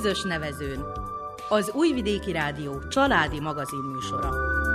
közös nevezőn. Az Újvidéki Rádió családi magazinműsora.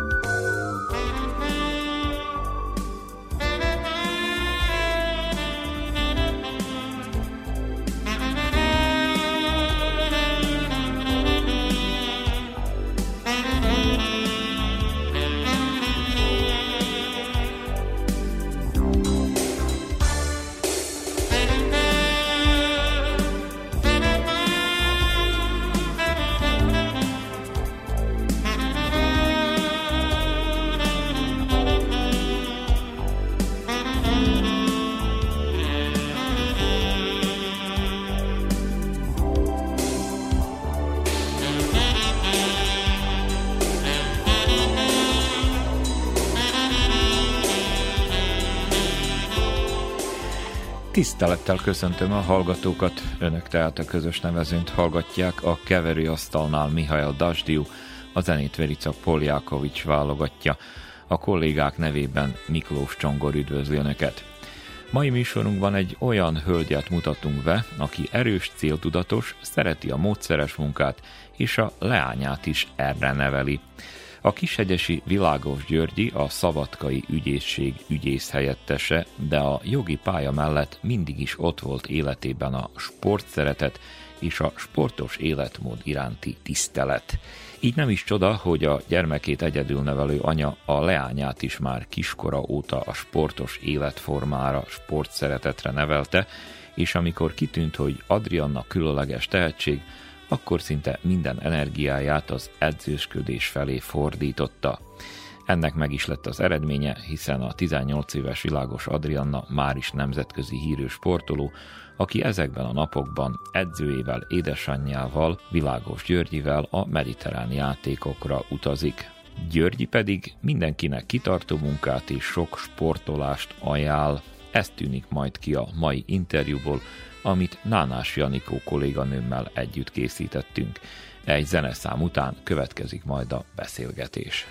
Tisztelettel köszöntöm a hallgatókat, önök tehát a közös nevezőnt hallgatják, a keverőasztalnál Mihail Dasdiu, a zenét Verica Poljákovics válogatja, a kollégák nevében Miklós Csongor üdvözli önöket. Mai műsorunkban egy olyan hölgyet mutatunk be, aki erős, céltudatos, szereti a módszeres munkát, és a leányát is erre neveli. A kishegyesi Világos Györgyi a szabadkai ügyészség ügyészhelyettese, de a jogi pálya mellett mindig is ott volt életében a sportszeretet és a sportos életmód iránti tisztelet. Így nem is csoda, hogy a gyermekét egyedül nevelő anya a leányát is már kiskora óta a sportos életformára, sportszeretetre nevelte, és amikor kitűnt, hogy Adrianna különleges tehetség, akkor szinte minden energiáját az edzősködés felé fordította. Ennek meg is lett az eredménye, hiszen a 18 éves Világos Adrianna már is nemzetközi hírű sportoló, aki ezekben a napokban edzőjével, édesanyjával, Világos Györgyivel a mediterrán játékokra utazik. Györgyi pedig mindenkinek kitartó munkát és sok sportolást ajánl. Ez tűnik majd ki a mai interjúból, amit Nánás Janikó kolléganőmmel együtt készítettünk. Egy zeneszám után következik majd a beszélgetés.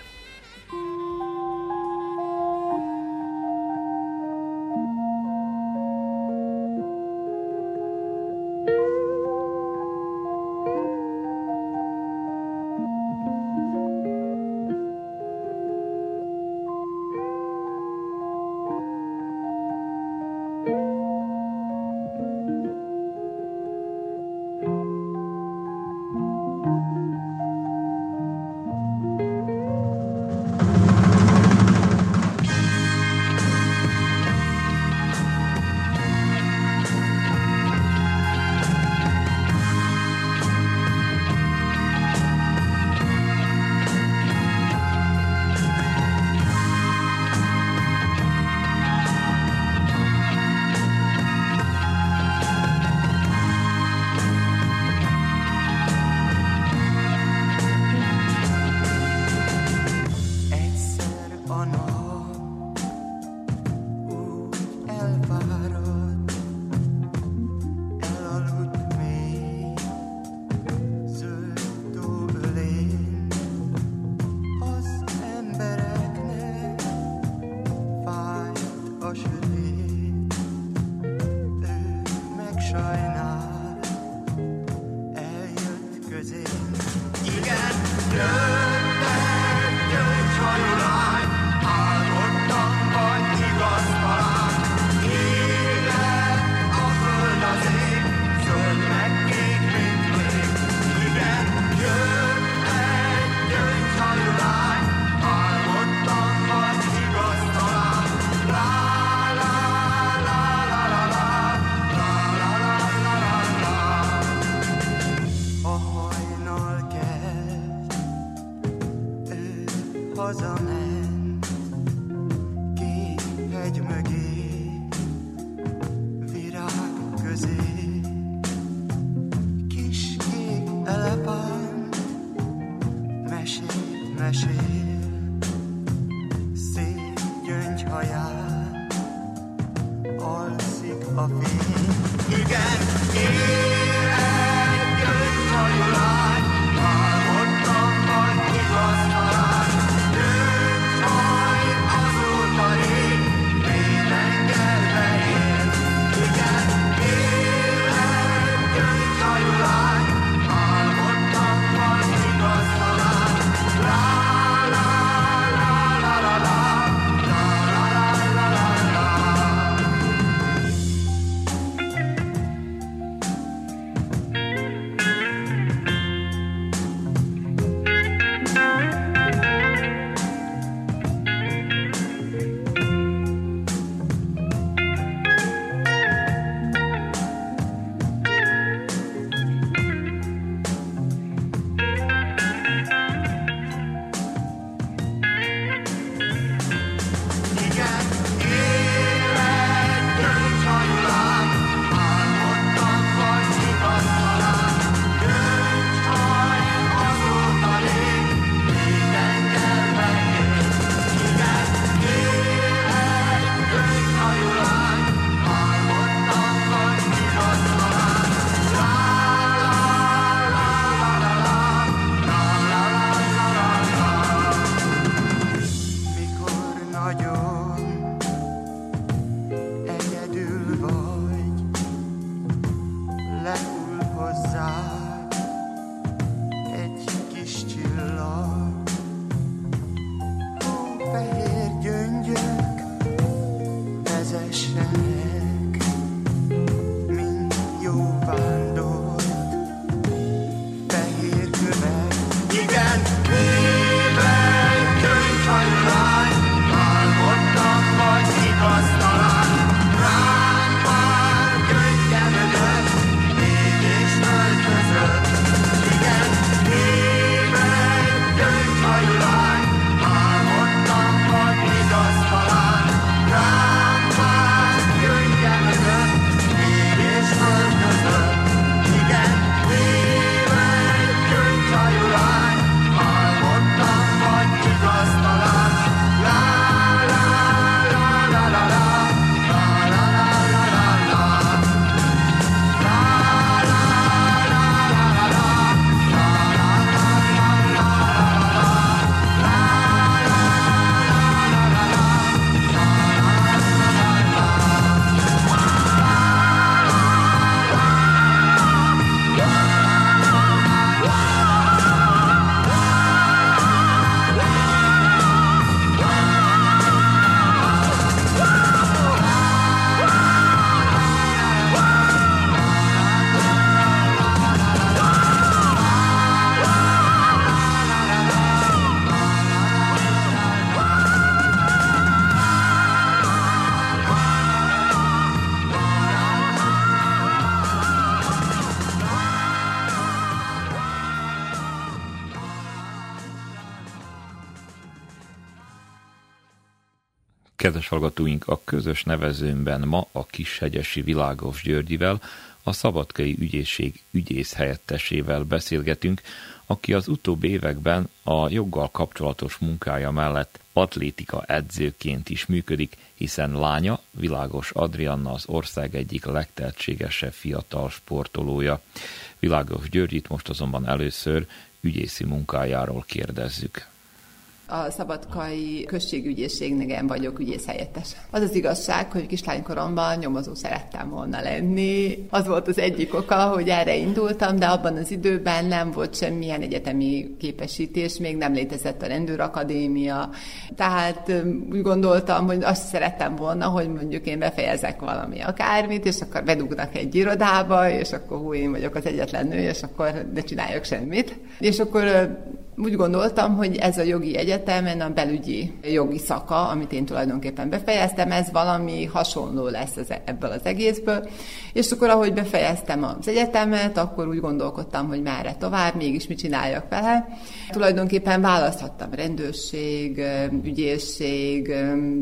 Kedves hallgatóink, a közös nevezőmben ma a Kishegyesi Világos Györgyivel, a Szabadkai Ügyészség ügyész helyettesével beszélgetünk, aki az utóbbi években a joggal kapcsolatos munkája mellett atlétika edzőként is működik, hiszen lánya, Világos Adrianna, az ország egyik legtehetségesebb fiatal sportolója. Világos Györgyit most azonban először ügyészi munkájáról kérdezzük. A Szabadkai Községügyészségnél vagyok ügyész helyettes. Az az igazság, hogy kislánykoromban nyomozó szerettem volna lenni. Az volt az egyik oka, hogy erre indultam, de abban az időben nem volt semmilyen egyetemi képesítés, még nem létezett a rendőrakadémia. Tehát úgy gondoltam, hogy azt szerettem volna, hogy mondjuk én befejezek valami akármit, és akkor bedugnak egy irodába, és akkor én vagyok az egyetlen nő, és akkor ne csináljak semmit. És akkor úgy gondoltam, hogy ez a jogi egyetemen a belügyi jogi szaka, amit én tulajdonképpen befejeztem, ez valami hasonló lesz ebből az egészből. És akkor, ahogy befejeztem az egyetemet, akkor úgy gondolkodtam, hogy merre tovább, mégis mit csináljak vele. Tulajdonképpen választhattam rendőrség, ügyészség,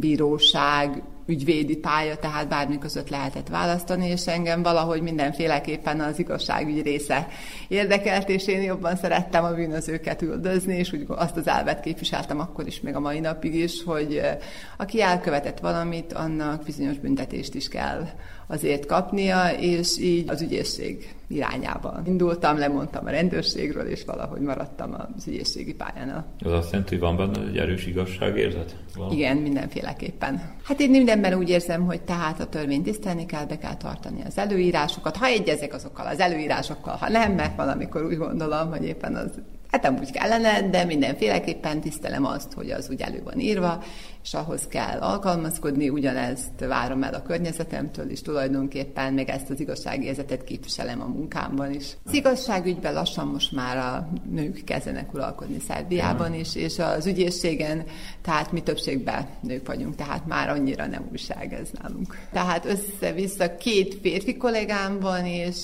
bíróság, ügyvédi pálya, tehát bármi között lehetett választani, és engem valahogy mindenféleképpen az igazságügy része érdekelt, és én jobban szerettem a bűnözőket üldözni, és úgy azt az elvet képviseltem akkor is, még a mai napig is, hogy aki elkövetett valamit, annak bizonyos büntetést is kell azért kapnia, és így az ügyészség irányában indultam, lemondtam a rendőrségről, és valahogy maradtam az ügyészségi pályánál. Ez azt jelenti, hogy van benne egy erős igazságérzet? Igen, mindenféleképpen. Hát én mindenben úgy érzem, hogy tehát a törvényt tisztelni kell, be kell tartani az előírásokat, ha egyezek azokkal az előírásokkal, ha nem, mert valamikor úgy gondolom, hogy éppen az nem úgy kellene, de mindenféleképpen tisztelem azt, hogy az úgy elő van írva, és ahhoz kell alkalmazkodni, ugyanezt várom el a környezetemtől is tulajdonképpen, meg ezt az igazságérzetet képviselem a munkámban is. Az igazságügyben lassan most már a nők kezdenek uralkodni Szerbiában is, és az ügyészségen, tehát mi többségben nők vagyunk, tehát már annyira nem újság ez nálunk. Tehát össze-vissza 2 férfi kollégám van, és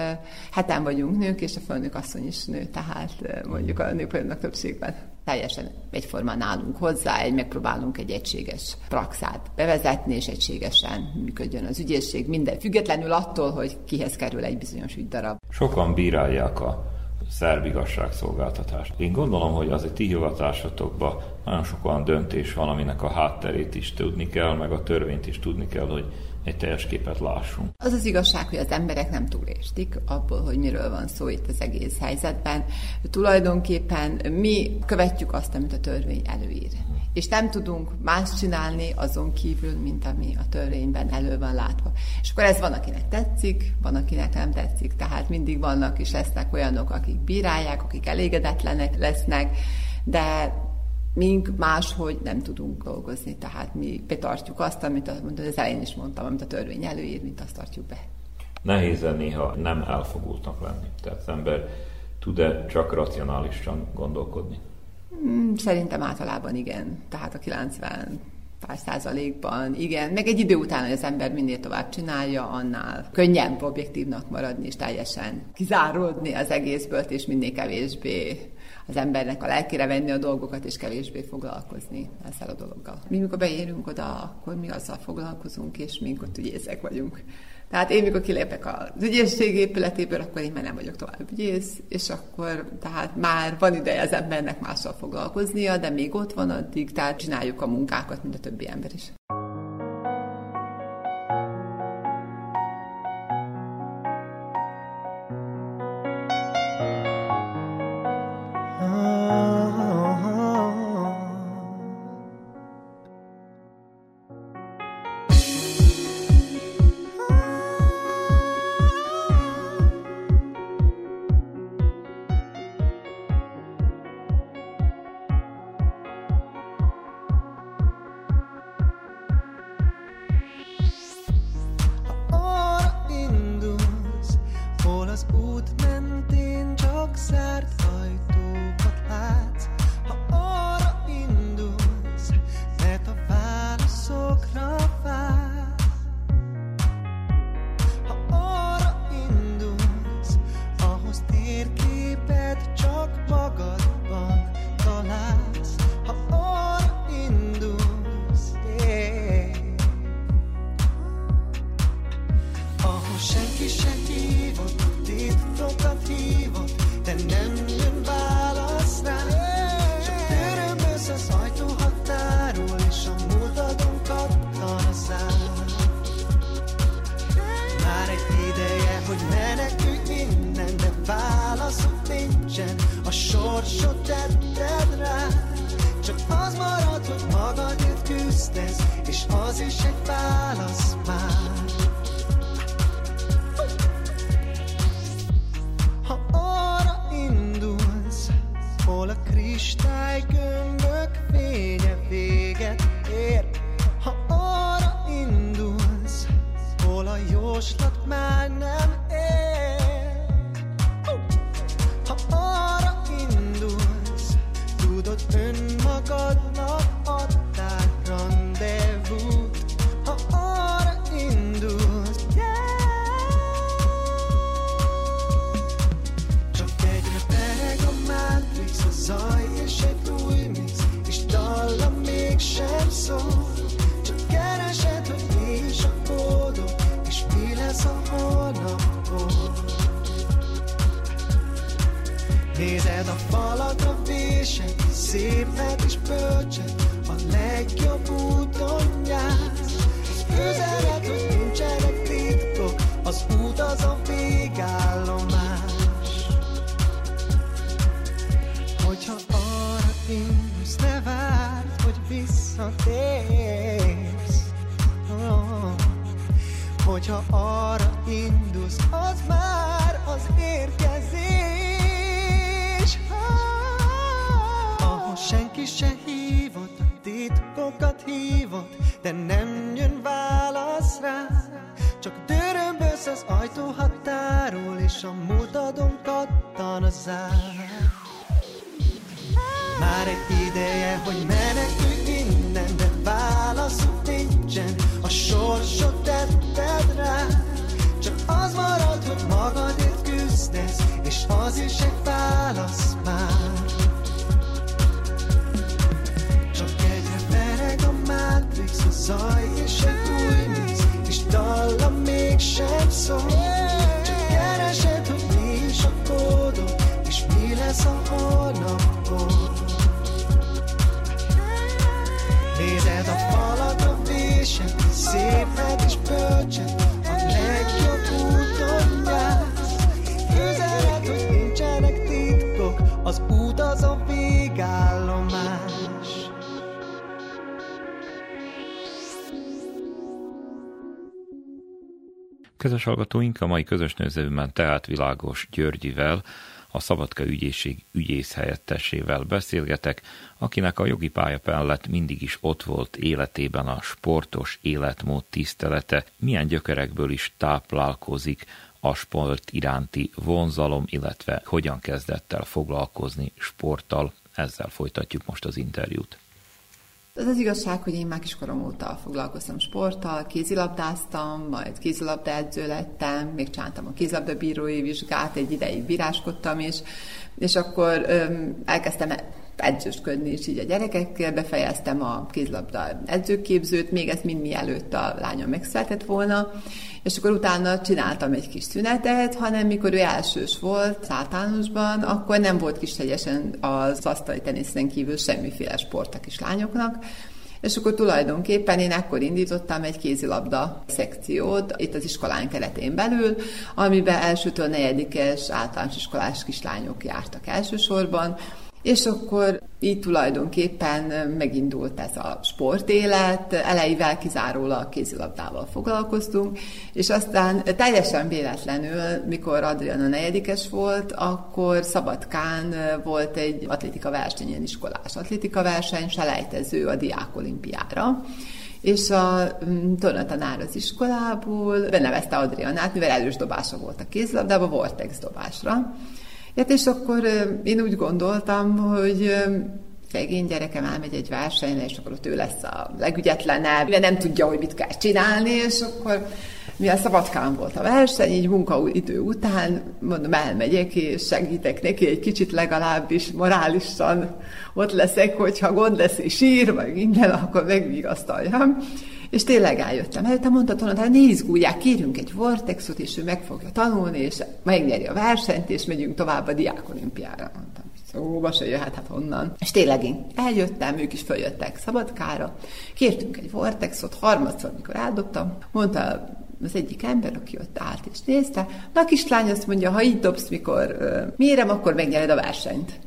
heten vagyunk nők, és a főnök asszony is nő, tehát mondjuk a nők vagyunk többségben. Teljesen egyformán állunk hozzá, megpróbálunk egy egységes praxát bevezetni, és egységesen működjön az ügyészség, minden függetlenül attól, hogy kihez kerül egy bizonyos ügydarab. Sokan bírálják a szerb igazságszolgáltatást. Én gondolom, hogy az egy ti hivatásotokban nagyon sok olyan döntés van, aminek a hátterét is tudni kell, meg a törvényt is tudni kell, hogy egy teljes képet lássunk. Az az igazság, hogy az emberek nem túl értik abból, hogy miről van szó itt az egész helyzetben. Tulajdonképpen mi követjük azt, amit a törvény előír. És nem tudunk más csinálni azon kívül, mint ami a törvényben elő van látva. És akkor ez van, akinek tetszik, van, akinek nem tetszik. Tehát mindig vannak és lesznek olyanok, akik bírálják, akik elégedetlenek lesznek, de mink máshogy nem tudunk dolgozni. Tehát mi betartjuk azt, amit az elején is mondtam, amit a törvény előír, mint azt tartjuk be. Nehéz néha nem elfogultnak lenni. Tehát az ember tud-e csak racionálisan gondolkodni? Szerintem általában igen. Tehát a 90% igen. Meg egy idő után, hogy az ember minél tovább csinálja, annál könnyebb objektívnak maradni, és teljesen kizáródni az egészből, és minél kevésbé az embernek a lelkére venni a dolgokat, és kevésbé foglalkozni ezzel a dologgal. Mi, mikor beérünk oda, akkor mi azzal foglalkozunk, és mi ott ügyészek vagyunk. Tehát én, mikor kilépek az ügyészség épületéből, akkor én már nem vagyok tovább ügyész, és akkor tehát már van ideje az embernek mással foglalkoznia, de még ott van addig, tehát csináljuk a munkákat, mint a többi ember is. küzdesz, és az is egy válasz már. Ha arra indulsz, hol a kristálygömbök fénye véget ér, ha arra indulsz, hol a jóslat már nem ér, ha arra indulsz, tudod, önmagadnak adtál rendezvút, ha arra indulsz, csak egyre pereg a Matrix, a zaj és egy új mix, és dallam mégsem szól, csak keresed, hogy mi is a kódok, és mi lesz a holnapból. Nézed a falat, a vésed, szépet és bölcset, a legjobb úton jársz. Az üzenet, hogy nincsenek titkok, az út az a végállomás. Hogyha arra indulsz, ne várd, hogy visszatérsz. Hogyha arra indulsz, az már az érkezés. Ahol senki se hívott, a titkokat hívott, de nem jön válasz rá. Csak dörömbölsz az ajtó határól, és a mutatón kattan a zár. Már egy ideje, hogy menekülj innen, de válaszuk nincsen, a sorsot tetted rá. Csak az marad, hogy magadért küzdesz, és az is egy válasz már. Csak egyre pereg a Matrix, a zaj és egy új mix, és dallam mégsem szól. Csak keresed, hogy mi is a kódok, és mi lesz a holnapból. Nézed a falat, a vésed, szépet és bölcset, a legjobb úton jársz. Üzenet, hogy nincsenek titkok, az út az a végállomás. Kedves hallgatóink, a mai közös nézőben tehát Világos Györgyivel, a Szabadka ügyészség ügyészhelyettesével beszélgetek, akinek a jogi pálya mellett mindig is ott volt életében a sportos életmód tisztelete, milyen gyökerekből is táplálkozik a sport iránti vonzalom, illetve hogyan kezdett el foglalkozni sporttal. Ezzel folytatjuk most az interjút. Az az igazság, hogy én már kiskorom óta foglalkoztam sporttal, kézilabdáztam, majd kézilabdaedző lettem, még csináltam a kézilabdabírói vizsgát, egy ideig bíráskodtam is, és akkor elkezdtem edzősködni is így a gyerekekkel, befejeztem a kézilabda edzőképzőt, még ez mind mielőtt a lányom megszületett volna, és akkor utána csináltam egy kis szünetet, hanem mikor ő elsős volt, általánosban, akkor nem volt Kishegyesen az asztali teniszen kívül semmiféle sport a kislányoknak, és akkor tulajdonképpen én ekkor indítottam egy kézilabda szekciót itt az iskolán keretén belül, amiben elsőtől negyedikes általános iskolás kislányok jártak elsősorban, és akkor így tulajdonképpen megindult ez a sportélet, elejével kizárólag kézilabdával foglalkoztunk, és aztán teljesen véletlenül, mikor Adriana negyedikes volt, akkor Szabadkán volt egy atlétika verseny, ilyen iskolás atlétika verseny, selejtező a diákolimpiára, és a tornatanár az iskolából benevezte Adrianát, mivel erős dobása volt a kézilabdában, vortex dobásra. És akkor én úgy gondoltam, hogy szegény gyerekem elmegy egy versenyre, és akkor ott ő lesz a legügyetlenebb, mivel nem tudja, hogy mit kell csinálni, és akkor mivel Szabadkán volt a verseny, így munkaidő után, mondom, elmegyek, és segítek neki egy kicsit legalábbis morálisan ott leszek, hogyha gond lesz, és sír, vagy minden, akkor megvigasztaljam. És tényleg eljöttem. Előtte mondta Tona, hogy ne izgulják, kérünk egy vortexot, és ő meg fogja tanulni, és megnyeri a versenyt, és megyünk tovább a diákolimpiára. Mondtam, szóba se jöhet, hát honnan. És tényleg én eljöttem, ők is följöttek Szabadkára, kértünk egy vortexot, harmadszor, mikor eldobtam, mondta az egyik ember, aki ott állt és nézte, na kislány azt mondja, ha így dobsz, mikor mérem, akkor megnyered a versenyt.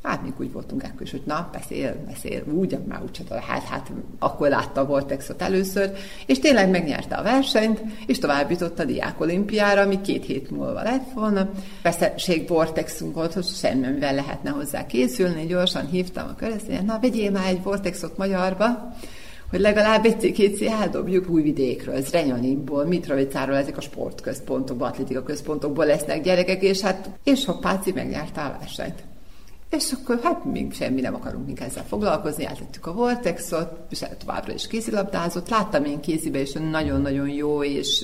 Hát még úgy voltunk akkor is, hogy na, beszél, úgy, már úgyse lehet, hát akkor látta a Vortexot először, és tényleg megnyerte a versenyt, és tovább jutott a diákolimpiára, ami 2 hét múlva lett volna. Veszeség Vortexunk volt, hogy semmivel lehetne hozzá készülni, gyorsan hívtam a köröztényet, na, vegyél már egy Vortexot Magyarba, hogy legalább egyszer-kétszer eldobjuk Újvidékről, Zrenjaninból, Mitrovicáról, ezek a sportközpontokból, atlétika központokból lesznek gyerekek, és hoppáci megnyerte a versenyt. És akkor hát még semmi nem akarunk mink ezzel foglalkozni, eltettük a Vortexot, és továbbra is kézilabdázott. Láttam én kézibe is, nagyon-nagyon jó, és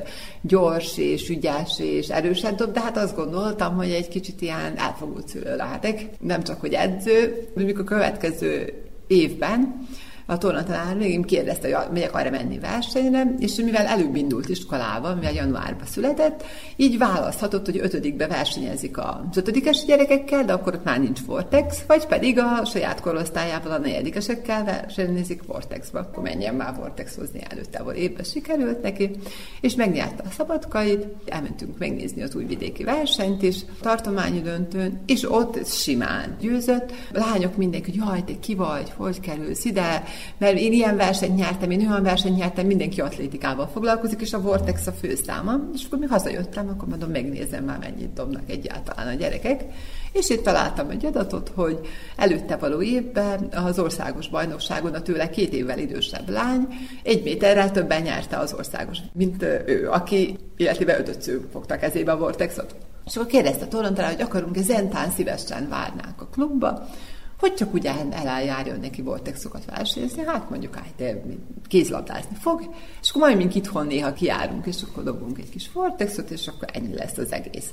gyors, és ügyes, és erőset dob, de hát azt gondoltam, hogy egy kicsit ilyen elfogult szülő lehetek. Nem csak, hogy edző, de mikor a következő évben a tornatanár még kérdezte, hogy megyek arra menni versenyre, és mivel előbb indult iskolában, mivel januárban született, így választhatott, hogy 5-be versenyezik az 5-es gyerekekkel, de akkor ott már nincs Vortex, vagy pedig a saját korosztályával a 4-esekkel versenyezik Vortexba. Akkor menjen már Vortexozni előtte, ahol évben sikerült neki, és megnyerte a Szabadkait, elmentünk megnézni az újvidéki versenyt is, tartományi döntőn, és ott simán győzött. A lányok mindenki, hogy jaj, te ki vagy, hogy kerülsz ide, mert én ilyen versenyt nyertem, én olyan versenyt nyertem, mindenki atlétikával foglalkozik, és a Vortex a főszáma, és akkor még hazajöttem, akkor mondom, megnézem már, mennyit dobnak egyáltalán a gyerekek, és itt találtam egy adatot, hogy előtte való évben az országos bajnokságon a tőle 2 évvel idősebb lány 1 méterrel többen nyerte az országos, mint ő, aki életében 5-ször fogta kezébe a Vortexot. És akkor kérdezte a tornatanár, hogy akarunk-e zentán szívesen várnánk a klubba, hogy csak úgy eljárjon neki Vortexokat versenyezni, hát mondjuk, de kézlabdázni fog, és akkor majd mink itthon néha kijárunk, és akkor dobunk egy kis Vortexot, és akkor ennyi lesz az egész.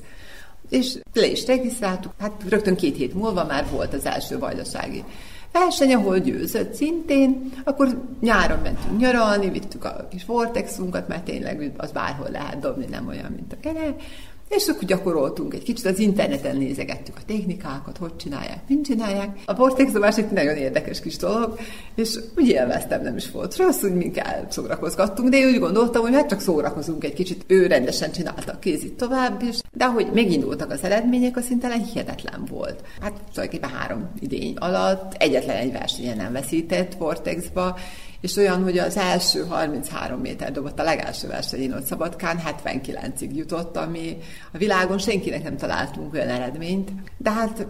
És le is regisztráltuk, hát rögtön 2 hét múlva már volt az első vajdasági verseny, ahol győzött szintén, akkor nyáron mentünk nyaralni, vittük a kis Vortexunkat, mert tényleg az bárhol lehet dobni, nem olyan, mint a kere, és akkor gyakoroltunk egy kicsit, az interneten nézegettük a technikákat, hogy csinálják, mint csinálják. A Vortex-dobás egy nagyon érdekes kis dolog, és úgy élveztem, nem is volt rossz, úgy minket szórakozgattunk, de én úgy gondoltam, hogy hát csak szórakozunk egy kicsit, ő rendesen csinálta a kézit tovább is, de ahogy megindultak az eredmények, az szintelen hihetetlen volt. Hát tulajdonképpen 3 idény alatt egyetlen egy versenyen nem veszített Vortexba, és olyan, hogy az első 33 méter dobott a legelső versenyén ott Szabadkán, 79-ig jutott, ami a világon senkinek nem találtunk olyan eredményt, de hát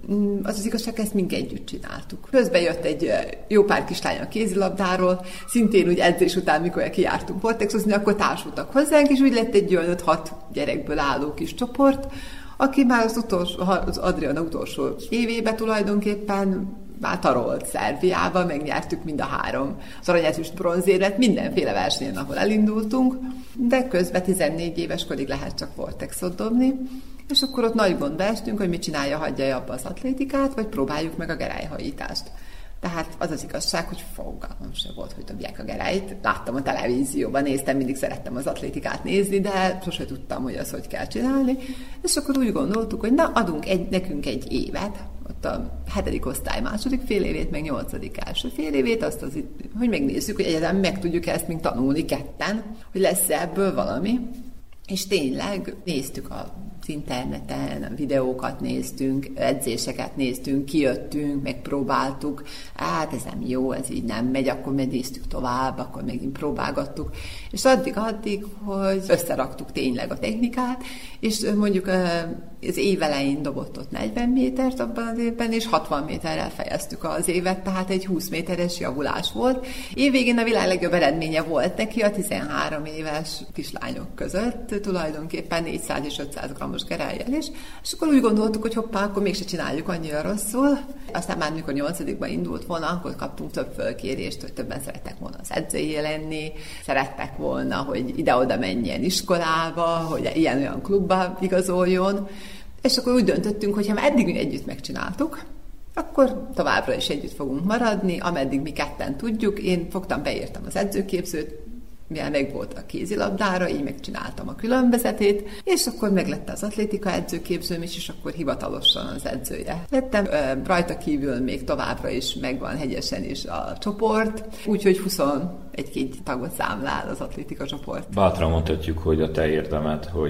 az igazság, ezt mink együtt csináltuk. Közben jött egy jó pár kislány a kézilabdáról, szintén úgy edzés után, mikor kijártunk Vortexozni, akkor társultak hozzánk, és úgy lett egy olyan 5-6 gyerekből álló kis csoport, aki már az Adriana utolsó évébe tulajdonképpen már tarolt Szerbiába, megnyertük mind a 3 az aranyezüst bronzérmet, mindenféle versenyen, ahol elindultunk, de közben 14 éves korig lehet csak Vortexot dobni, és akkor ott nagy gondba estünk, hogy mit csinálja, hagyja abba az atlétikát, vagy próbáljuk meg a gerályhajítást. Tehát az az igazság, hogy fogalmam sem volt, hogy dobják a gerályt. Láttam a televízióban, néztem, mindig szerettem az atlétikát nézni, de sose tudtam, hogy azt hogy kell csinálni. És akkor úgy gondoltuk, hogy na, adunk nekünk egy évet, ott a 7. osztály második fél évét, meg 8. első fél évét, azt hogy megnézzük, hogy egyetem meg tudjuk ezt még tanulni ketten, hogy lesz ebből valami. És tényleg néztük az interneten, videókat néztünk, edzéseket néztünk, kijöttünk, megpróbáltuk, hát ez nem jó, ez így nem megy, akkor néztük tovább, akkor megint próbálgattuk, és addig, hogy összeraktuk tényleg a technikát, és mondjuk az év elején dobott ott 40 métert abban az évben, és 60 méterrel fejeztük az évet, tehát egy 20 méteres javulás volt. Évvégén a világ legjobb eredménye volt neki a 13 éves kislányok között, tulajdonképpen 400 és 500 grammos gerályjal is, és akkor úgy gondoltuk, hogy hoppá, akkor mégse csináljuk annyira rosszul. Aztán már mikor 8-ba indult volna, akkor kaptunk több fölkérést, hogy többen szerettek volna az edzőjé lenni, szerettek volna, hogy ide-oda menjen iskolába, hogy ilyen-olyan klubba igazoljon, és akkor úgy döntöttünk, hogy ha eddig együtt megcsináltuk, akkor továbbra is együtt fogunk maradni, ameddig mi ketten tudjuk. Én fogtam, beírtam az edzőképzőt, mivel meg volt a kézilabdára, így megcsináltam a különvezetét, és akkor meglett az atlétika edzőképzőm is, és akkor hivatalosan az edzője lettem. Rajta kívül még továbbra is megvan hegyesen is a csoport, úgyhogy 21-2 tagot számlál az atlétika csoport. Bátran mondhatjuk, hogy a te érdemed, hogy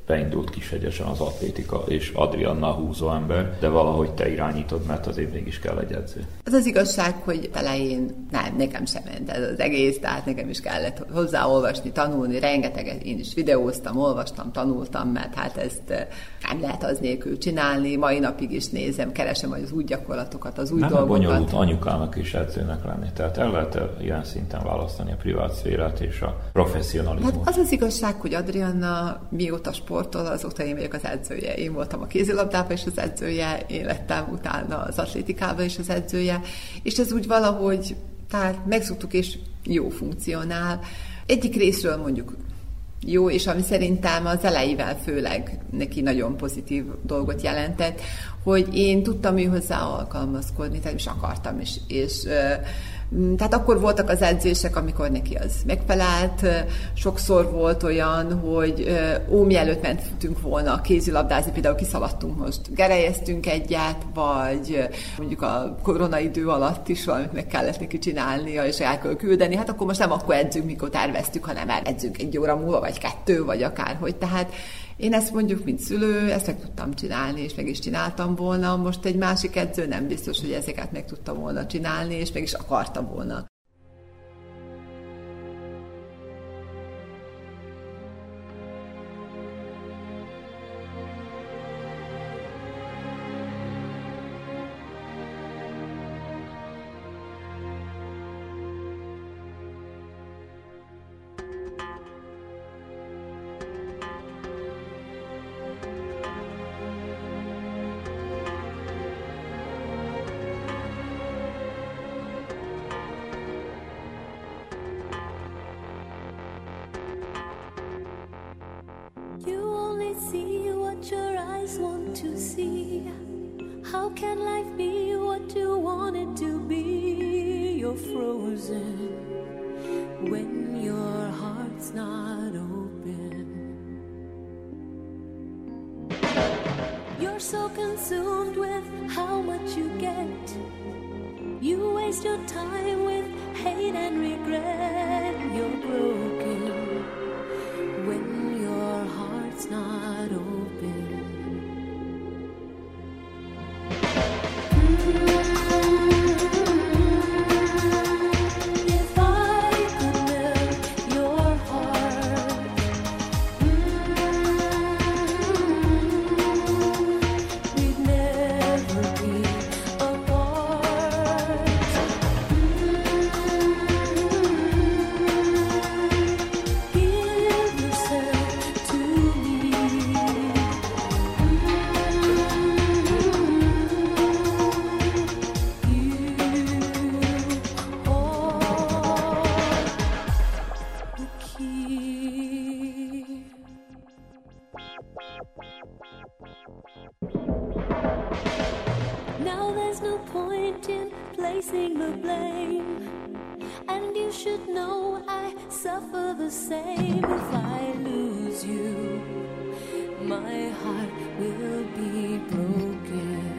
beindult Kishegyesen az atlétika, és Adrianna a húzó ember, de valahogy te irányítod, mert azért mégis kell egy edző. Az az igazság, hogy elején nekem sem ment ez az egész, tehát nekem is kellett hozzáolvasni, tanulni, rengeteget én is videóztam, olvastam, tanultam, mert hát ezt nem lehet az nélkül csinálni, mai napig is nézem, keresem az új gyakorlatokat, az új dolgokat. Nem bonyolult anyukának is edzőnek lenni, tehát el lehet ilyen szinten választani a privát szférát és a professzionalizmust. Hát az az igazság, hogy Adrianna mióta sportol, azóta én vagyok az edzője. Én voltam a kézilabdában is az edzője, én lettem utána az atlétikában is az edzője, és ez úgy valahogy, tehát megszoktuk, és jó funkcionál. Egyik részről mondjuk jó, és ami szerintem az elejével főleg neki nagyon pozitív dolgot jelentett, hogy én tudtam ő hozzá alkalmazkodni, tehát is akartam is, és tehát akkor voltak az edzések, amikor neki az megfelelt. Sokszor volt olyan, hogy mielőtt mentünk volna kézilabdázni, például kiszaladtunk most, gerelyeztünk egyet, vagy mondjuk a koronaidő alatt is valamit meg kellett neki csinálnia, és el kell küldeni. Hát akkor most nem akkor edzünk, mikor terveztük, hanem edzünk 1 óra múlva, vagy 2, vagy akárhogy. Tehát én ezt mondjuk, mint szülő, ezt meg tudtam csinálni, és meg is csináltam volna. Most egy másik edző nem biztos, hogy ezeket meg tudta volna csinálni, és meg is akarta volna. See what your eyes want to see. How can life be what you want it to be? You're frozen when your heart's not open. You're so consumed with how much you get. You waste your time with hate and regret. You're broken when your heart's not open. If I could melt your heart, we'd never be apart. Give yourself to me. Now there's no point in placing the blame, and you should know I suffer the same. If I lose you, my heart will be broken.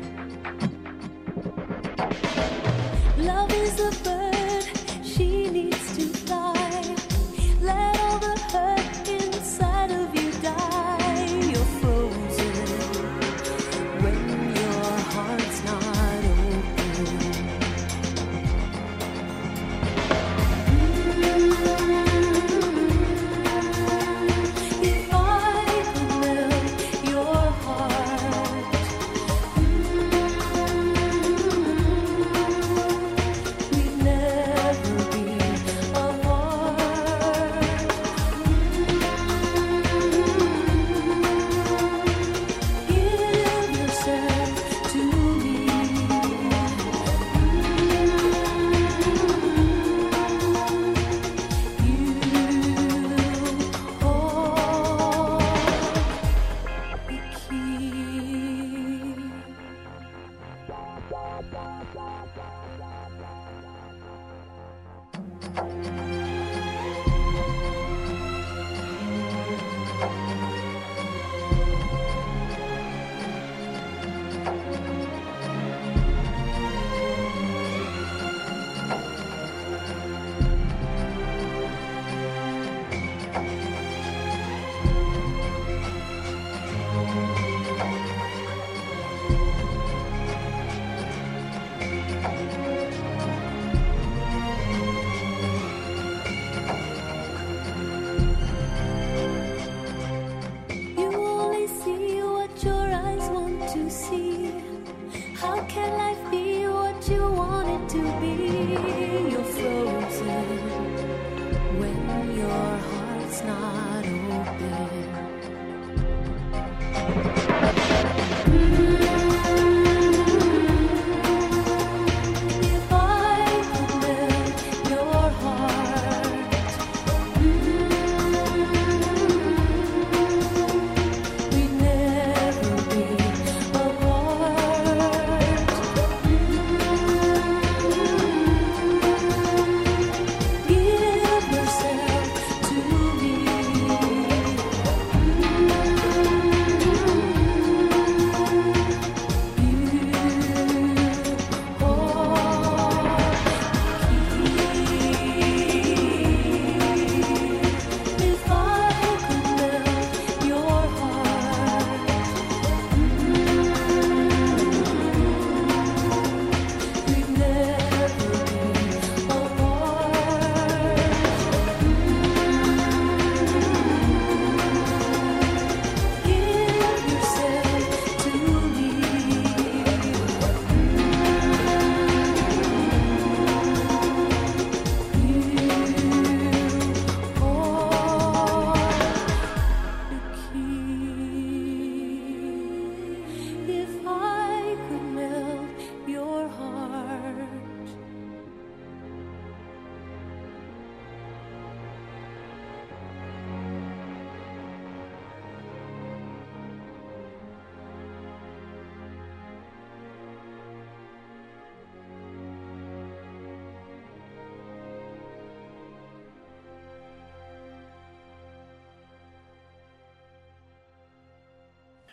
Love is a bird, she needs to fly. Let all the hurt inside of you die. You're frozen when your heart's not open. If I could melt your heart,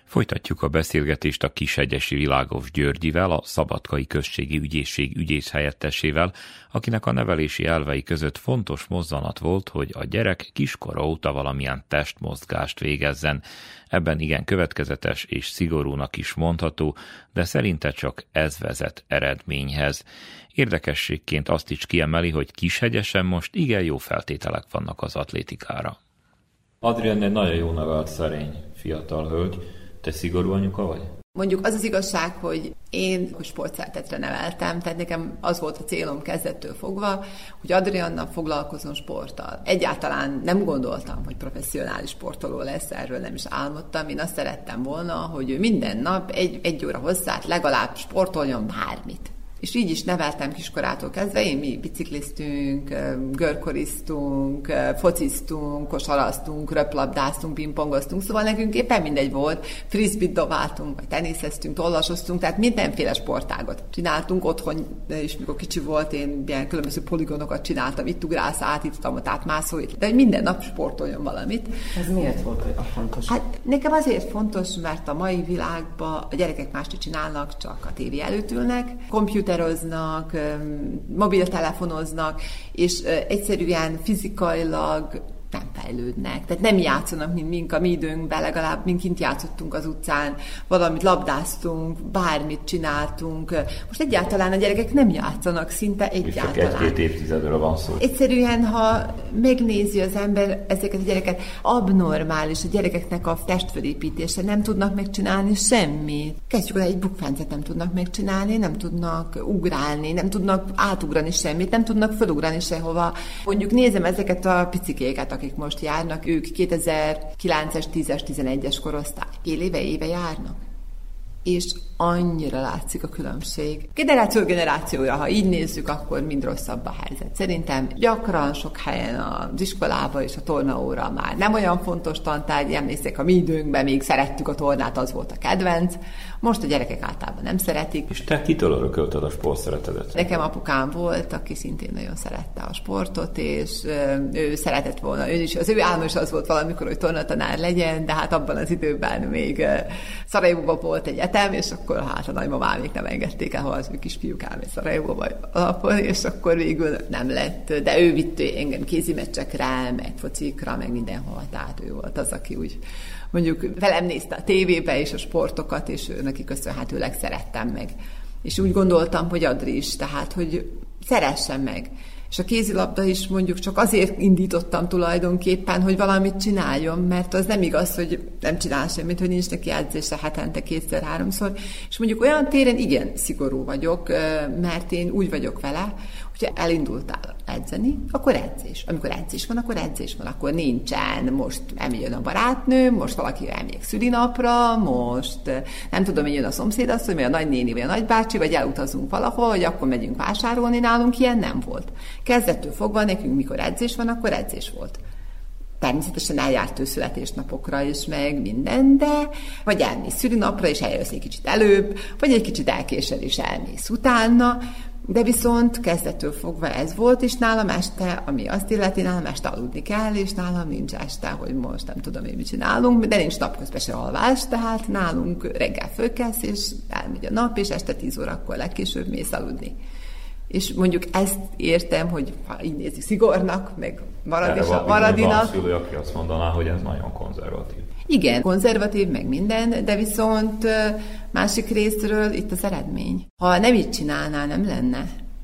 Folytatjuk a beszélgetést a Kishegyesi Világos Györgyivel, a Szabadkai Községi Ügyészség ügyészhelyettesével, akinek a nevelési elvei között fontos mozzanat volt, hogy a gyerek kiskora óta valamilyen testmozgást végezzen. Ebben igen következetes és szigorúnak is mondható, de szerinte csak ez vezet eredményhez. Érdekességként azt is kiemeli, hogy Kishegyesen most igen jó feltételek vannak az atlétikára. Adrián egy nagyon jó nevelt, szerény fiatal hölgy. Te szigorú anyuka vagy? Mondjuk az az igazság, hogy én sportszeretetre neveltem, tehát nekem az volt a célom kezdettől fogva, hogy Adrianna foglalkozzon sporttal. Egyáltalán nem gondoltam, hogy professzionális sportoló lesz, erről nem is álmodtam. Én azt szerettem volna, hogy ő minden nap egy óra hosszát legalább sportoljon bármit. És így is neveltem kiskorától kezdve, mi bicikliztünk, görkoriztunk, fociztunk, kosaraztunk, röplabdáztunk, pingpongoztunk, szóval nekünk éppen mindegy volt, frisbee-t dobáltunk, vagy teniszeztünk, tollasoztunk, tehát mindenféle sportágot csináltunk otthon, és mikor kicsi volt, én ilyen különböző poligonokat csináltam, itt ugrálsz át, itt átmászol, de minden nap sportoljon valamit. Ez miért volt olyan fontos? Hát nekem azért fontos, mert a mai világban a gyerekek mást csinálnak, csak a tévé előtt ülnek, komputeroznak, mobiltelefonoznak, és egyszerűen fizikailag nem fejlődnek. Tehát nem játszanak, mint mink a mi időnkben, legalább mink kint játszottunk az utcán, valamit labdáztunk, bármit csináltunk. Most egyáltalán a gyerekek nem játszanak szinte egyáltalán. És csak 1-2 évtizedről van szó. Egyszerűen, ha megnézi az ember ezeket a gyereket, abnormális a gyerekeknek a testfölépítése, nem tudnak megcsinálni semmit. Kezdjük oda, egy bukfencet nem tudnak megcsinálni, nem tudnak ugrálni, nem tudnak átugrani semmit, nem tudnak fölugrani sehova. Mondjuk nézem ezeket a picikéket, akik most járnak, ők 2009-es, 10-es, 11-es korosztály. Éve járnak. És annyira látszik a különbség. Generációra, ha így nézzük, akkor mind rosszabb a helyzet. Szerintem gyakran sok helyen az iskolában és a tornaóra már nem olyan fontos tantárgy, emlékszek, a mi időnkben még szerettük a tornát, az volt a kedvenc. Most a gyerekek általában nem szeretik. És te kitől örökölted a sportszeretetet? Nekem apukám volt, aki szintén nagyon szerette a sportot, és ő szeretett volna, az ő álma is az volt valamikor, hogy tornatanár legyen, de hát abban az időben még Szarajevóban volt egy egyetem, és akkor hát a nagymamámék nem engedték el, ha az ő kisfiúk elmegy Szarajevóba alapon, és akkor végül nem lett, de ő vitt engem kézimecsekre, meg focikra, meg mindenhol, tehát ő volt az, aki úgy mondjuk velem nézte a tévébe és a sportokat, és neki köszönhetőleg szerettem meg. És úgy gondoltam, hogy Adri is, tehát, hogy szeressen meg. És a kézilabda is mondjuk csak azért indítottam tulajdonképpen, hogy valamit csináljon, mert az nem igaz, hogy nem csinál semmit, hogy nincs neki edzése hetente 2-3-szor. És mondjuk olyan téren igen szigorú vagyok, mert én úgy vagyok vele, hogyha elindultál edzeni, akkor edzés. Amikor edzés van, akkor nincsen. Most eljön a barátnőm, most valaki elmegyek szülinapra, most nem tudom, hogy jön a szomszédasszony, vagy a nagynéni, vagy a nagybácsi, vagy elutazunk valahol, vagy akkor megyünk vásárolni, nálunk ilyen nem volt. Kezdettől fogva nekünk, mikor edzés van, akkor edzés volt. Természetesen eljárt születésnapokra is, meg minden, de vagy elmész szülinapra, és eljössz egy kicsit előbb, vagy egy kicsit elkésel, és elmész utána, de viszont kezdettől fogva ez volt, és nálam este, ami azt illeti, nálam este aludni kell, és nálam nincs este, hogy most nem tudom én mit csinálunk, de nincs napközben se alvás, tehát nálunk reggel fölkelsz, és elmegy a nap, és este 10 órakor legkésőbb mész aludni. És mondjuk ezt értem, hogy ha így nézzük szigornak, meg maradinak. Van szülő, aki azt mondaná, hogy ez nagyon konzervatív. Igen, konzervatív, meg minden, de viszont másik részről itt az eredmény. Ha nem így csinálná, nem lenne.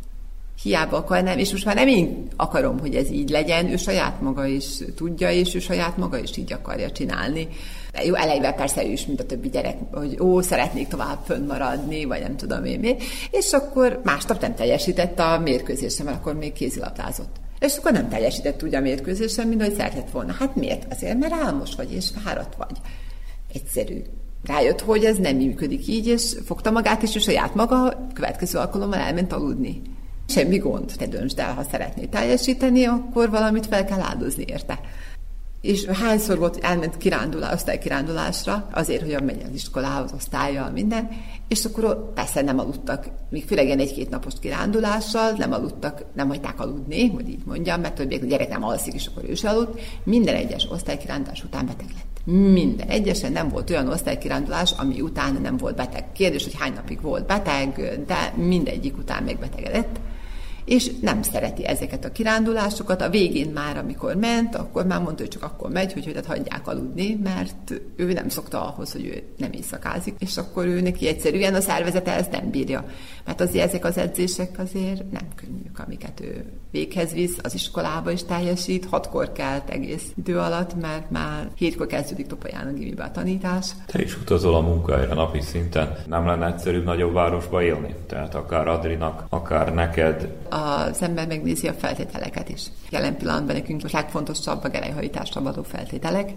Hiába akarnám, és most már nem én akarom, hogy ez így legyen, ő saját maga is tudja, és ő saját maga is így akarja csinálni. De jó, elejével persze ő is, mint a többi gyerek, hogy szeretnék tovább fönnmaradni, vagy nem tudom én mi. És akkor másnap nem teljesített a mérkőzésem, mert akkor még kézilabdázott. És akkor nem teljesített úgy a mérkőzésen, mint hogy szeretett volna. Hát miért? Azért, mert álmos vagy, és fáradt vagy. Egyszerű. Rájött, hogy ez nem működik így, és fogta magát, és ő saját maga következő alkalommal elment aludni. Semmi gond, te döntsd el, ha szeretnél teljesíteni, akkor valamit fel kell áldozni érte. És hányszor volt, elment osztálykirándulásra, azért, hogy megy az iskolához, osztállyal, minden, és akkor persze nem aludtak, még főleg 1-2 napos kirándulással, nem aludtak, nem hagyták aludni, hogy így mondjam, mert többiek a gyerek nem alszik, és akkor ő se aludt, minden egyes osztálykirándulás után beteg lett. Minden egyesen nem volt olyan osztálykirándulás, ami után nem volt beteg. Kérdés, hogy hány napig volt beteg, de mindegyik után megbetegedett. És nem szereti ezeket a kirándulásokat. A végén már, amikor ment, akkor már mondta, hogy csak akkor megy, hogy hagyják aludni, mert ő nem szokta ahhoz, hogy ő nem éjszakázik, és akkor ő neki egyszerűen a szervezete ezt nem bírja. Mert azért ezek az edzések azért nem könnyűk, amiket ő véghez visz, az iskolába is teljesít, 6-kor kelt egész idő alatt, mert már 7-kor kezdődik Topolyán a gimibe a tanítás. Te is utazol a munkahelyre napi szinten. Nem lenne egyszerűbb nagyobb városba élni? Tehát akár Adrinak, akár neked. Az ember megnézi a feltételeket is. Jelen pillanatban nekünk a legfontosabb a gerelyhajtásra való feltételek,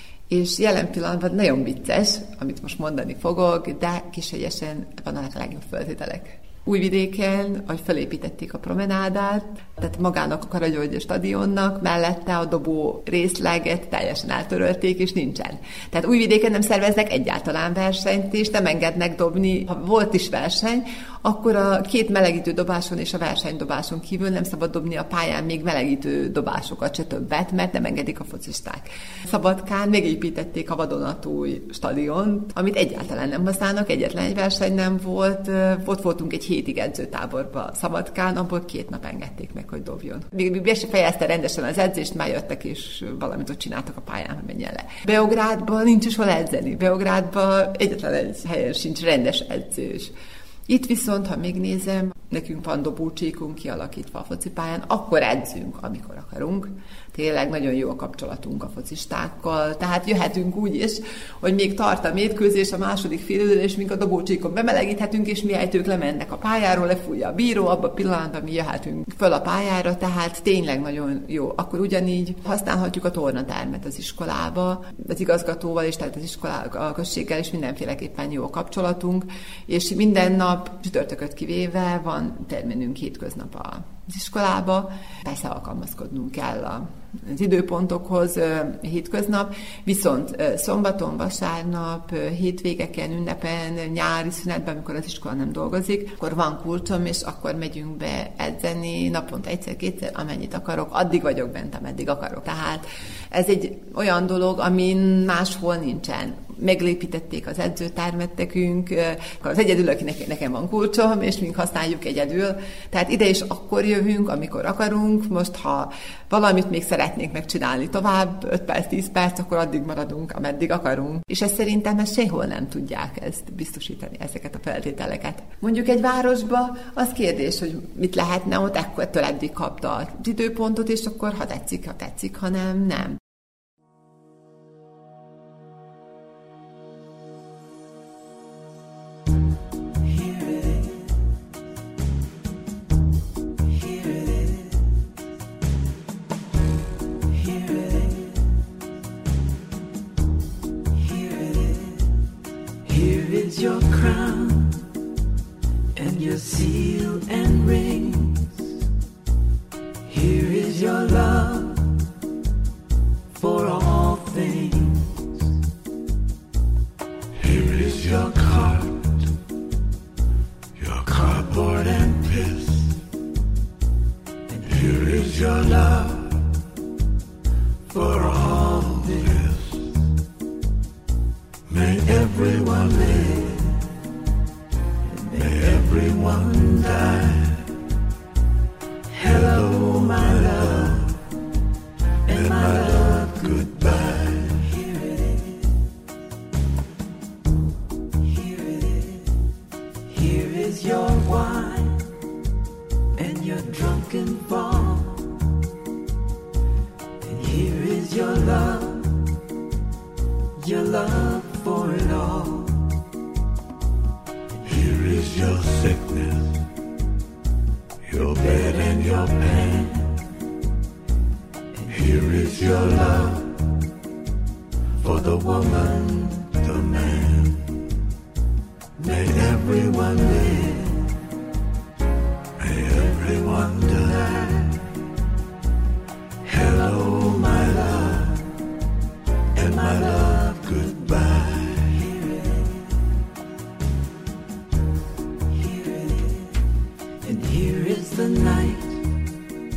és jelen pillanatban nagyon vicces, amit most mondani fogok, de Kishegyesen vannak a legjobb feltételek. Újvidéken, ahogy felépítették a promenádát, tehát magának a Karagyörgyi stadionnak, mellette a dobó részleget teljesen eltörölték, és nincsen. Tehát Újvidéken nem szerveznek egyáltalán versenyt, és nem engednek dobni. Ha volt is verseny, akkor a 2 melegítő dobáson és a versenydobáson kívül nem szabad dobni a pályán még melegítő dobásokat, se többet, mert nem engedik a focisták. Szabadkán megépítették a vadonatúj stadiont, amit egyáltalán nem használnak, egyetlen egy verseny nem volt. Ott voltunk egy hétig edzőtáborban Szabadkán, abból 2 nap engedték meg, hogy dobjon. Még be se fejezte rendesen az edzést, már jöttek és valamit ott csináltak a pályán, hogy menjen le. Beográdban nincs is hol edzeni. Beográdban egyetlen egy helyen sincs rendes edzés. Itt viszont, ha megnézem, nekünk van dobócsíkunk kialakítva a focipályán, akkor edzünk, amikor akarunk. Tényleg nagyon jó a kapcsolatunk a focistákkal, tehát jöhetünk úgy is, hogy még tart a mérkőzés a második félidőre, és mink a dobócsíkon bemelegíthetünk, és mielőtt ők lemennek a pályáról, lefújja a bíró, abban a pillanatban mi jöhetünk föl a pályára, tehát tényleg nagyon jó. Akkor ugyanígy használhatjuk a tornatermet az iskolába, az igazgatóval és tehát az iskolával, a községgel is mindenféleképpen jó a kapcsolatunk, és minden nap, csütörtököt kivéve van terminünk hétköznap az iskolába. Persze alkalmazkodnunk kell az időpontokhoz hétköznap, viszont szombaton, vasárnap, hétvégeken, ünnepen, nyári szünetben, amikor az iskola nem dolgozik, akkor van kulcsom, és akkor megyünk be edzeni, naponta 1-2-szer, amennyit akarok, addig vagyok bent, ameddig akarok. Tehát ez egy olyan dolog, amin máshol nincsen. Meglépítették az edzőtermet nekünk, az egyedül, aki nekem van kulcsom, és mink használjuk egyedül. Tehát ide is akkor jövünk, amikor akarunk. Most, ha valamit még szeretnénk megcsinálni tovább, 5 perc, 10 perc, akkor addig maradunk, ameddig akarunk. És ezt szerintem sehol nem tudják ezt biztosítani, ezeket a feltételeket. Mondjuk egy városba az kérdés, hogy mit lehetne ott, ettől eddig kapta az időpontot, és akkor ha tetszik, ha nem. Your crown and your seal and rings. Here is your love for all things. Here is your cart, your cardboard and piss. And here is your love for all this. May everyone live. May everyone die. Hello, my love, and my love, goodbye. Here it is. Here it is. Here is your wine and your drunken fall. And here is your love for it all. Here is your sickness, your bed and your pain. And here is your love for the woman, the man. May everyone live, may everyone die. Hello, my love, and my love, goodbye. The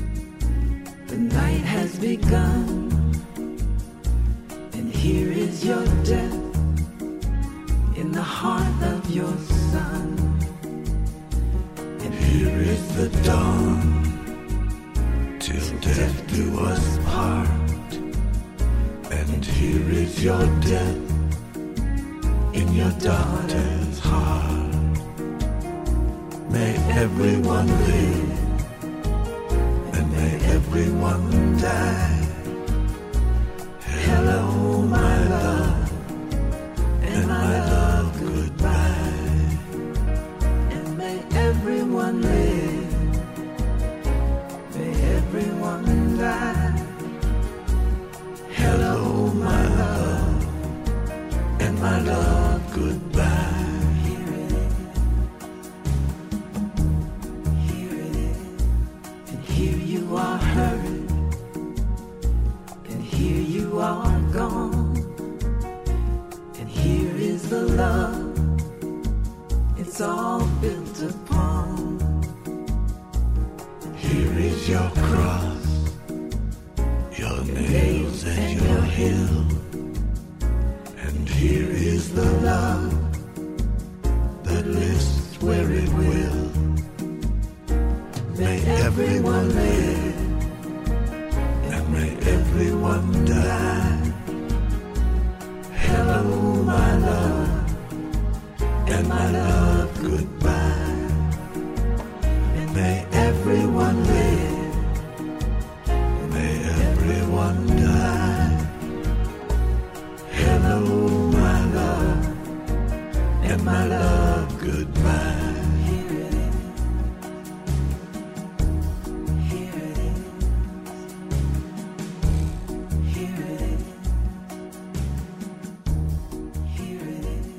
night has begun, and here is your And here is your death in your daughter's heart. May everyone live and may everyone die. Hello, my love, and my love, goodbye. And may everyone live, may everyone die. Hello, my love, and my love, goodbye. Here it is, and here you are hurt, and here you are gone, and here is the love it's all built upon. Here is your cross, your nails and your hill, and here is the love that lists where it will. May everyone live and may everyone die. Hello, my love, and my love, goodbye. And may everyone live, may everyone die. Hello, my love, and my love, goodbye. Here it is, here it is, here it is, here it is.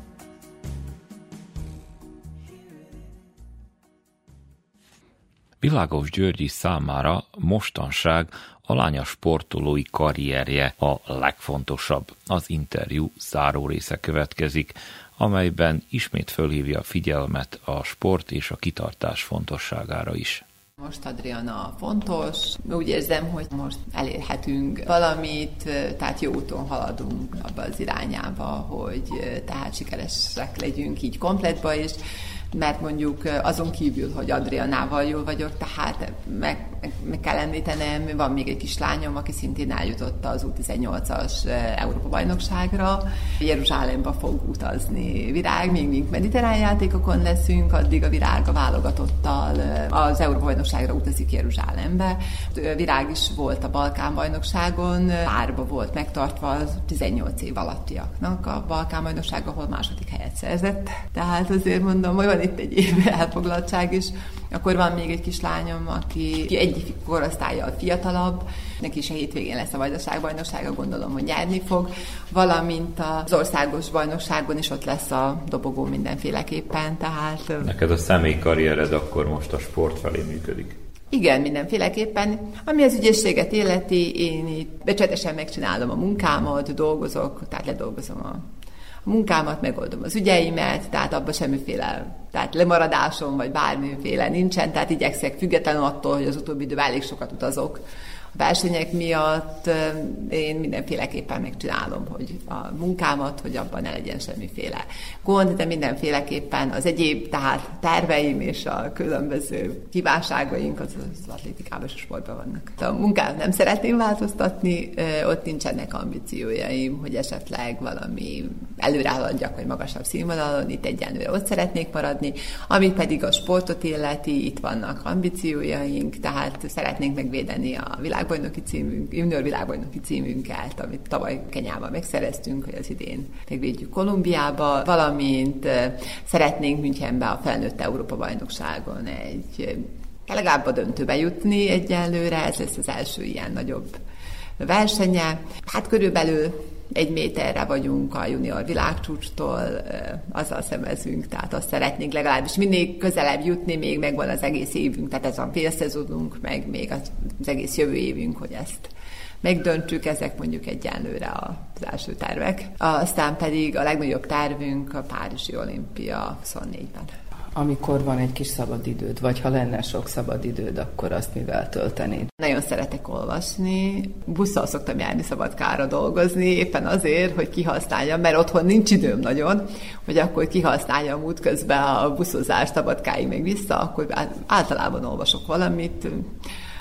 Világos Györgyi számára mostanság a lánya sportolói karrierje a legfontosabb. Az interjú záró része következik, amelyben ismét fölhívja a figyelmet a sport és a kitartás fontosságára is. Most Adriana fontos, úgy érzem, hogy most elérhetünk valamit, tehát jó úton haladunk abba az irányába, hogy tehát sikeresek legyünk így kompletba is, mert mondjuk azon kívül, hogy Adrianával jól vagyok, tehát meg kell említenem, van még egy kislányom, aki szintén eljutott az U18-as Európa-bajnokságra. Jeruzsálembe fog utazni Virág, még mediterrán játékokon leszünk, addig a Virág a válogatottal az Európa-bajnokságra utazik Jeruzsálembe. Virág is volt a Balkán-bajnokságon, párba volt megtartva az 18 év alattiaknak a Balkán-bajnokság, ahol második helyet szerzett. Tehát azért mondom, hogy van itt egy év elfoglaltság is. Akkor van még egy kislányom, aki egyik korosztállyal fiatalabb, neki is a hétvégén lesz a Vajdaságbajnoksága, gondolom, hogy nyerni fog, valamint az országos bajnokságon is ott lesz a dobogó mindenféleképpen, tehát... Neked a személyi karriered akkor most a sport felé működik? Igen, mindenféleképpen. Ami az ügyességet illeti, én itt becsületesen megcsinálom a munkámat, dolgozok, tehát ledolgozom a munkámat, megoldom az ügyeimet, tehát abban semmiféle lemaradásom, vagy bármiféle nincsen, tehát igyekszek függetlenül attól, hogy az utóbbi időben elég sokat utazok. A versenyek miatt én mindenféleképpen megcsinálom, hogy a munkámat, hogy abban ne legyen semmiféle gond, de mindenféleképpen az egyéb, tehát terveim és a különböző kívánságaink az atlétikában és a sportban vannak. A munkám nem szeretném változtatni, ott nincsenek ambíciójaim, hogy esetleg valami előre haladjak, vagy magasabb színvonalon, itt egyenlőre ott szeretnék maradni, amit pedig a sportot illeti, itt vannak ambíciójaink, tehát szeretnénk megvédeni a világbajnoki címünk, junior világbajnoki címünket, amit tavaly Kenyában megszereztünk, hogy az idén megvédjük Kolumbiába, valamint szeretnénk Münchenbe a felnőtt Európa-bajnokságon legalább a döntőbe jutni egyenlőre, ez lesz az első ilyen nagyobb versenye. Hát körülbelül 1 méterre vagyunk a junior világcsúcstól, azzal szemezünk, tehát azt szeretnénk legalábbis minél közelebb jutni, még megvan az egész évünk, tehát ez a félszezonunk, meg még az egész jövő évünk, hogy ezt megdöntsük, ezek mondjuk egyenlőre az első tervek. Aztán pedig a legnagyobb tervünk a Párizsi olimpia 24-ben. Amikor van egy kis szabadidőd, vagy ha lenne sok szabadidőd, akkor azt mivel töltenéd? Nagyon szeretek olvasni. Busszal szoktam járni Szabadkára dolgozni, éppen azért, hogy kihasználjam, mert otthon nincs időm nagyon, hogy akkor kihasználjam útközben a buszozást Szabadkáig meg vissza, akkor általában olvasok valamit.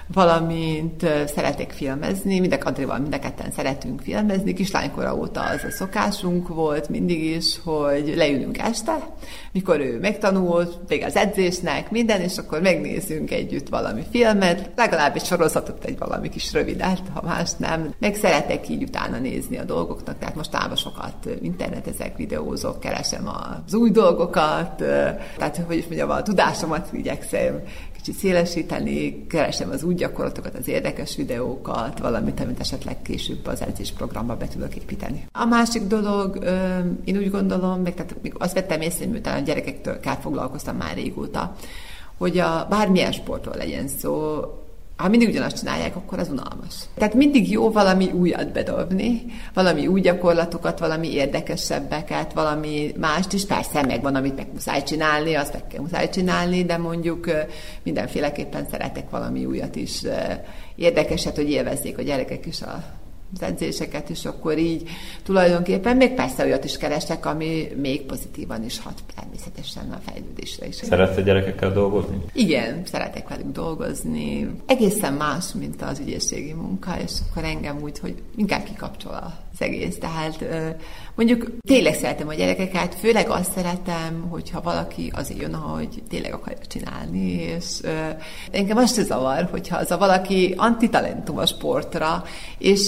valamint szeretek filmezni, mind a ketten szeretünk filmezni, kislánykora óta az a szokásunk volt mindig is, hogy leülünk este, mikor ő megtanult, még az edzésnek, minden, és akkor megnézzünk együtt valami filmet, legalább egy sorozatot, egy valami kis rövidet, ha más nem. Meg szeretek így utána nézni a dolgoknak, tehát mostában sokat internetezek, videózok, keresem az új dolgokat, tehát hogy is mondjam, a tudásomat igyekszem kicsit szélesíteni, keresem az új gyakorlatokat, az érdekes videókat, valamit, amit esetleg később az edzésprogramba be tudok építeni. A másik dolog, én úgy gondolom, meg tehát azt vettem észre, miután a gyerekektől foglalkoztam már régóta, hogy bármilyen sportról legyen szó, ha mindig ugyanazt csinálják, akkor az unalmas. Tehát mindig jó valami újat bedobni, valami új gyakorlatokat, valami érdekesebbeket, valami mást is. Persze megvan, amit meg muszáj csinálni, azt meg kell muszáj csinálni, de mondjuk mindenféleképpen szeretek valami újat is, érdekeset, hogy élvezzék a gyerekek is az edzéseket, és akkor így tulajdonképpen még persze olyat is keresek, ami még pozitívan is hat természetesen a fejlődésre is. Szeretsz a gyerekekkel dolgozni? Igen, szeretek velük dolgozni. Egészen más, mint az ügyészségi munka, és akkor engem úgy, hogy inkább kikapcsol az egész. Tehát mondjuk tényleg szeretem a gyerekeket, főleg azt szeretem, hogyha valaki azért jön, hogy tényleg akarja csinálni, és engem azt se zavar, hogyha az a valaki antitalentum a sportra, és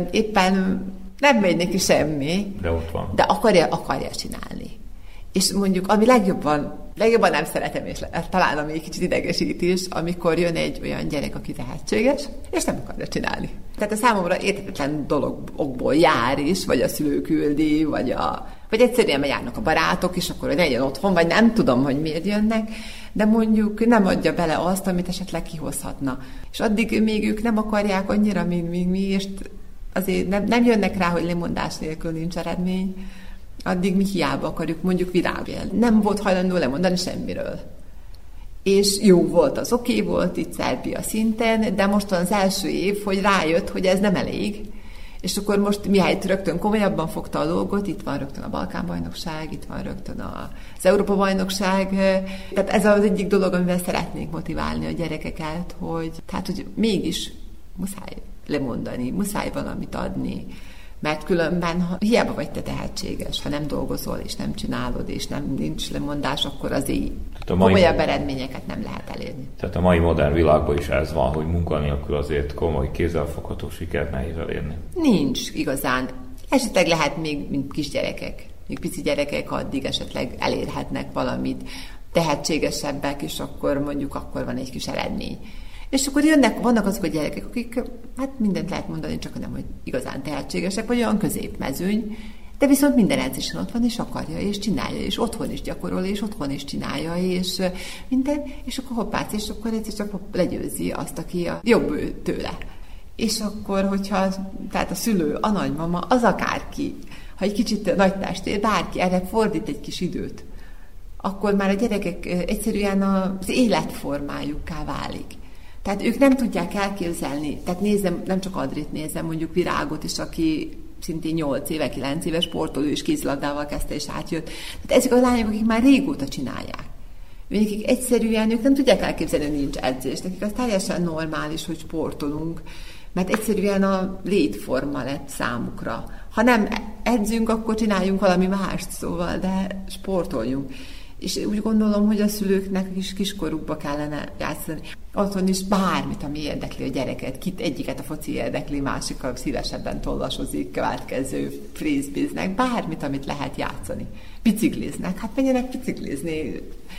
éppen nem megy neki semmi, de ott van. De akarja csinálni. És mondjuk, ami legjobban nem szeretem, és talán ami egy kicsit idegesít is, amikor jön egy olyan gyerek, aki tehetséges, és nem akarja csinálni. Tehát a számomra érthetetlen dologból jár is, vagy a szülő küldi, vagy egyszerűen járnak a barátok, és akkor legyen otthon, vagy nem tudom, hogy miért jönnek, de mondjuk nem adja bele azt, amit esetleg kihozhatna. És addig még ők nem akarják annyira, mint mi, és azért nem jönnek rá, hogy lemondás nélkül nincs eredmény, addig mi hiába akarjuk, mondjuk virágél. Nem volt hajlandó lemondani semmiről. És jó volt, az oké volt itt Szerbia szinten, de most van az első év, hogy rájött, hogy ez nem elég. És akkor most mihelyt rögtön komolyabban fogta a dolgot, itt van rögtön a Balkán-bajnokság, itt van rögtön az Európa-bajnokság. Tehát ez az egyik dolog, amivel szeretnénk motiválni a gyerekeket, hogy mégis muszáj lemondani, muszáj valamit adni. Mert különben, hiába vagy te tehetséges, ha nem dolgozol, és nem csinálod, és nincs lemondás, akkor azért komolyabb eredményeket nem lehet elérni. Tehát a mai modern világban is ez van, hogy munkanélkül azért komoly, kézzelfogható sikert nehéz elérni. Nincs igazán. Esetleg lehet még, mint kisgyerekek, még pici gyerekek addig esetleg elérhetnek valamit, tehetségesebbek, és akkor van egy kis eredmény. És akkor vannak azok a gyerekek, akik, hát mindent lehet mondani, csak nem, hogy igazán tehetségesek, vagy olyan középmezőny, de viszont minden edzésen ott van, és akarja, és csinálja, és otthon is gyakorol, és otthon is csinálja, és minden, és akkor hoppác, és akkor egyszer csak legyőzi azt, aki a jobb tőle. És akkor, tehát a szülő, a nagymama, az akárki, ha egy kicsit nagy testér, bárki erre fordít egy kis időt, akkor már a gyerekek egyszerűen az életformájukká válik. Tehát ők nem tudják elképzelni, tehát nézem, nem csak Adrit nézem, mondjuk Virágot is, aki szintén 8 éve, 9 éves sportoló, és kézilabdával kezdte, és átjött. Tehát ezek a lányok, akik már régóta csinálják. Nekik egyszerűen, ők nem tudják elképzelni, hogy nincs edzés. Nekik az teljesen normális, hogy sportolunk, mert egyszerűen a létforma lett számukra. Ha nem edzünk, akkor csináljunk valami mást, szóval, de sportoljunk. És úgy gondolom, hogy a szülőknek is kiskorukba kellene játszani. Otthon is bármit, ami érdekli a gyereket. Egyiket a foci érdekli, másikkal szívesebben tollasozik, következő frisbeeznek, bármit, amit lehet játszani. Bicikliznek, hát menjenek biciklizni.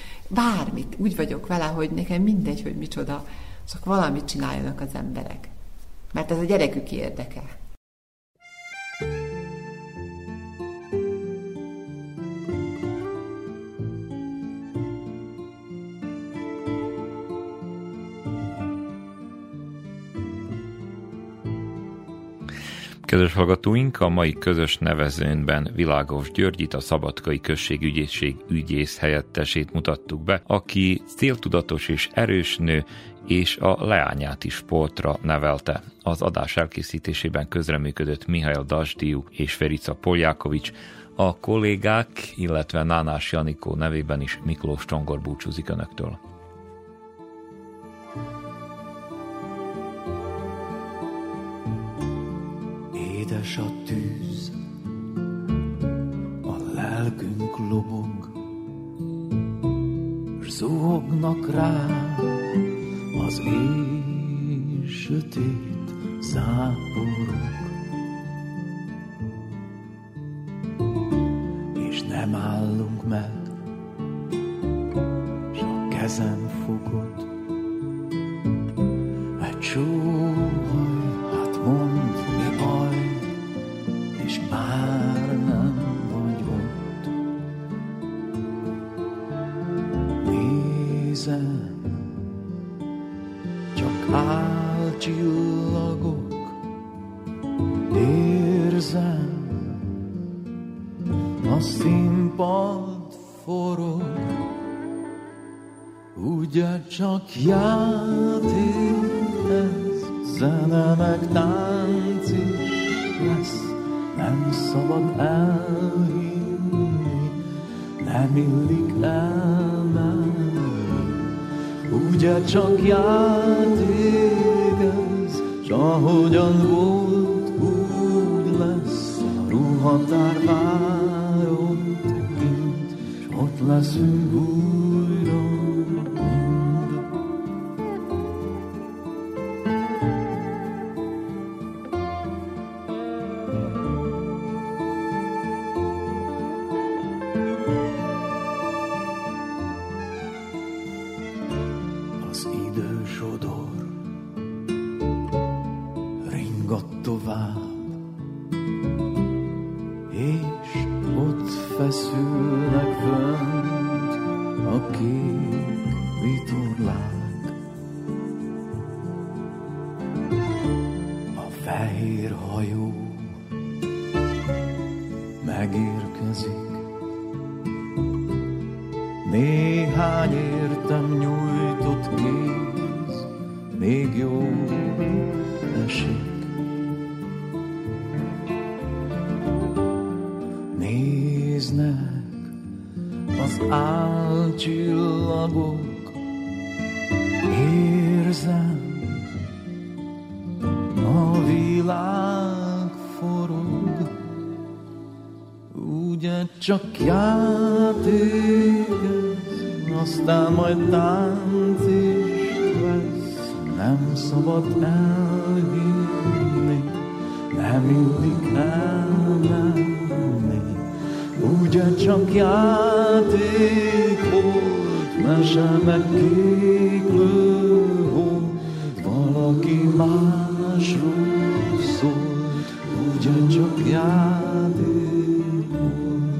Bármit. Úgy vagyok vele, hogy nekem mindegy, hogy micsoda, csak valamit csináljanak az emberek. Mert ez a gyerekük érdeke. Kedves hallgatóink, a mai közös nevezőnkben Világos Györgyit, a Szabadkai Községügyészség ügyész helyettesét mutattuk be, aki céltudatos és erős nő, és a leányát is sportra nevelte. Az adás elkészítésében közreműködött Mihail Dasdiu és Ferica Poljákovics, a kollégák, illetve Nánás Janikó nevében is Miklós Csongor búcsúzik Önöktől. Édes a tűz, a lelkünk lobog, s zuhognak rá az éj sötét záporok. És nem állunk meg, s a kezem fogod, egy sóhaj, hát mondd, mi baj, és már nem vagy ott. Nézem, csak álcsillagok, érzem, a színpad forog, ugye csak játék ez, zene meg tánc is lesz, nem szabad elhinni, nem illik elmenni, ugye csak játék ez, s ahogyan volt, úgy lesz, a ruhatár vár ott kint, s ott leszünk újra mind. Az idő sodor ringat tovább, és ott feszülnek fönt a kék vitorlák. A fehér hajó megérkezik, néhány értem nyújtott kéz még jól esik. Néznek az álcsillagok, érzem, a világ forog, ugye csak játék ez, aztán majd tánc is lesz, nem szabad elhinni, nem illik elmenni, ugye csak játék volt, mese meg kéklő volt, valaki másról szólt, ugye csak játék volt.